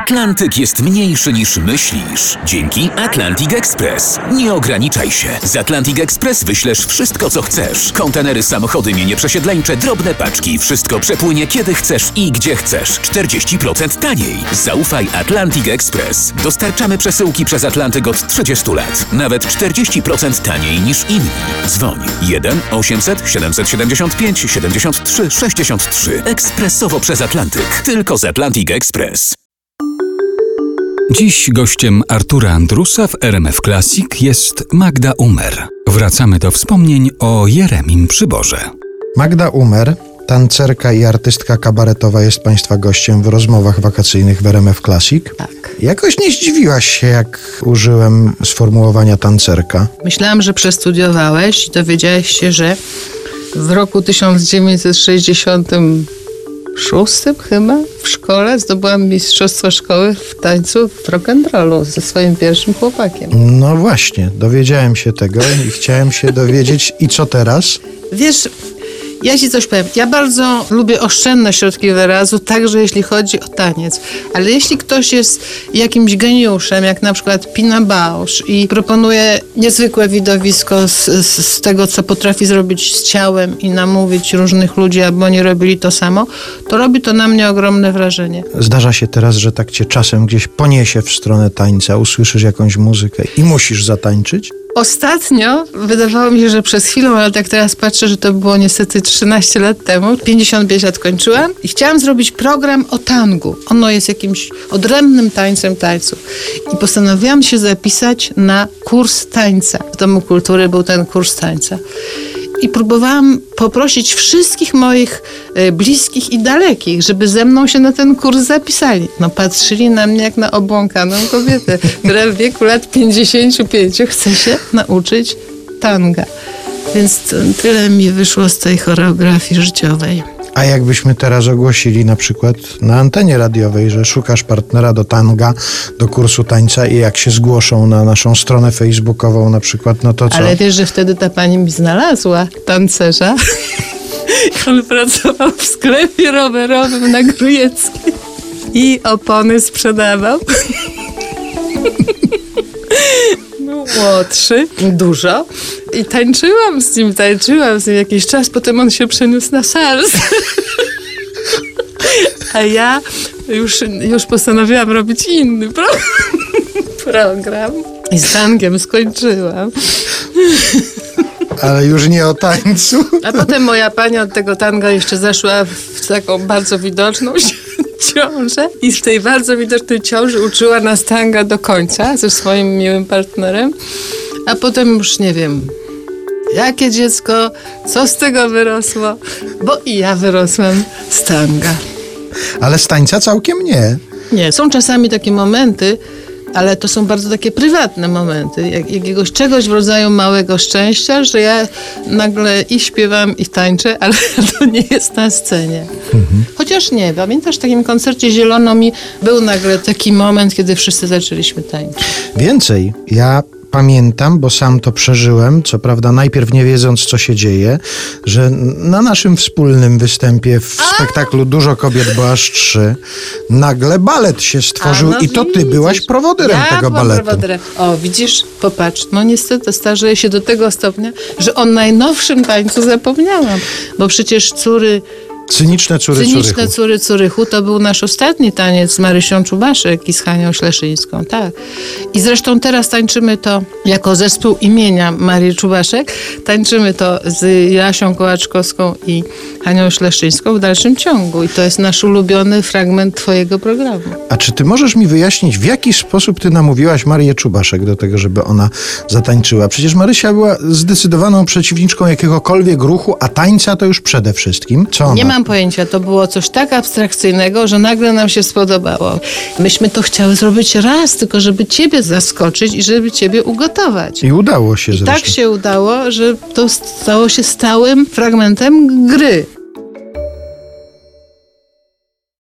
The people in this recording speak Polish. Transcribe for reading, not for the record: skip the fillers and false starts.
Atlantyk jest mniejszy niż myślisz. Dzięki Atlantic Express. Nie ograniczaj się. Z Atlantic Express wyślesz wszystko, co chcesz. Kontenery, samochody, mienie przesiedleńcze, drobne paczki. Wszystko przepłynie kiedy chcesz i gdzie chcesz. 40% taniej. Zaufaj Atlantic Express. Dostarczamy przesyłki przez Atlantyk od 30 lat. Nawet 40% taniej niż inni. Dzwoń 1 800 775 73 63. Ekspresowo przez Atlantyk. Tylko z Atlantic Express. Dziś gościem Artura Andrusa w RMF Classic jest Magda Umer. Wracamy do wspomnień o Jeremim Przyborze. Magda Umer, tancerka i artystka kabaretowa, jest Państwa gościem w rozmowach wakacyjnych w RMF Classic. Tak. Jakoś nie zdziwiłaś się, jak użyłem sformułowania tancerka? Myślałam, że przestudiowałeś i dowiedziałeś się, że w roku 1966 chyba w szkole zdobyłam mistrzostwo szkoły w tańcu w rock'n'rollu ze swoim pierwszym chłopakiem. No właśnie, dowiedziałem się tego i chciałem się dowiedzieć. I co teraz? Wiesz, ja ci coś powiem. Ja bardzo lubię oszczędne środki wyrazu, także jeśli chodzi o taniec. Ale jeśli ktoś jest jakimś geniuszem, jak na przykład Pina Bausch i proponuje niezwykłe widowisko z tego, co potrafi zrobić z ciałem i namówić różnych ludzi, aby oni robili to samo, to robi to na mnie ogromne wrażenie. Zdarza się teraz, że tak cię czasem gdzieś poniesie w stronę tańca, usłyszysz jakąś muzykę i musisz zatańczyć? Ostatnio wydawało mi się, że przez chwilę, ale tak teraz patrzę, że to było niestety 13 lat temu. 55 lat kończyłam i chciałam zrobić program o tangu. Ono jest jakimś odrębnym tańcem tańców. I postanowiłam się zapisać na kurs tańca. W Domu Kultury był ten kurs tańca. I próbowałam poprosić wszystkich moich bliskich i dalekich, żeby ze mną się na ten kurs zapisali. No patrzyli na mnie jak na obłąkaną kobietę, która w wieku lat 55 chce się nauczyć tanga. Więc tyle mi wyszło z tej choreografii życiowej. A jakbyśmy teraz ogłosili na przykład na antenie radiowej, że szukasz partnera do tanga, do kursu tańca i jak się zgłoszą na naszą stronę facebookową na przykład, no to co? Ale wiesz, że wtedy ta pani mi znalazła tancerza. On pracował w sklepie rowerowym na Grujeckiej i opony sprzedawał. Był młodszy, dużo. I tańczyłam z nim jakiś czas, potem on się przeniósł na salsę. A ja już postanowiłam robić inny program. I z tangiem skończyłam. Ale już nie o tańcu. A potem moja pani od tego tanga jeszcze zaszła w taką bardzo widoczną ciążę i w tej bardzo widocznej ciąży uczyła nas tanga do końca ze swoim miłym partnerem. A potem już nie wiem, jakie dziecko, co z tego wyrosło, bo i ja wyrosłam z tanga. Ale z tańca całkiem nie. Nie, są czasami takie momenty, ale to są bardzo takie prywatne momenty, jakiegoś czegoś w rodzaju małego szczęścia, że ja nagle i śpiewam, i tańczę, ale to nie jest na scenie. Chociaż nie, pamiętasz, w takim koncercie Zielonomi był nagle taki moment, kiedy wszyscy zaczęliśmy tańczyć. Więcej, ja pamiętam, bo sam to przeżyłem, co prawda najpierw nie wiedząc, co się dzieje, że na naszym wspólnym występie w spektaklu Dużo kobiet, bo aż 3, nagle balet się stworzył i to ty byłaś prowodyrem tego baletu. Prowodyrem. O, widzisz, popatrz, no niestety starzeję się do tego stopnia, że o najnowszym tańcu zapomniałam, bo przecież Cyniczne córy Curychu to był nasz ostatni taniec z Marysią Czubaszek i z Hanią Śleszyńską, tak. I zresztą teraz tańczymy to jako zespół imienia Marii Czubaszek. Tańczymy to z Jasią Kołaczkowską i Hanią Śleszyńską w dalszym ciągu. I to jest nasz ulubiony fragment twojego programu. A czy ty możesz mi wyjaśnić, w jaki sposób ty namówiłaś Marię Czubaszek do tego, żeby ona zatańczyła? Przecież Marysia była zdecydowaną przeciwniczką jakiegokolwiek ruchu, a tańca to już przede wszystkim. Co ona? Nie mam pojęcia, to było coś tak abstrakcyjnego, że nagle nam się spodobało. Myśmy to chciały zrobić raz, tylko żeby ciebie zaskoczyć i żeby ciebie ugotować. I udało się zresztą. Tak się udało, że to stało się stałym fragmentem gry.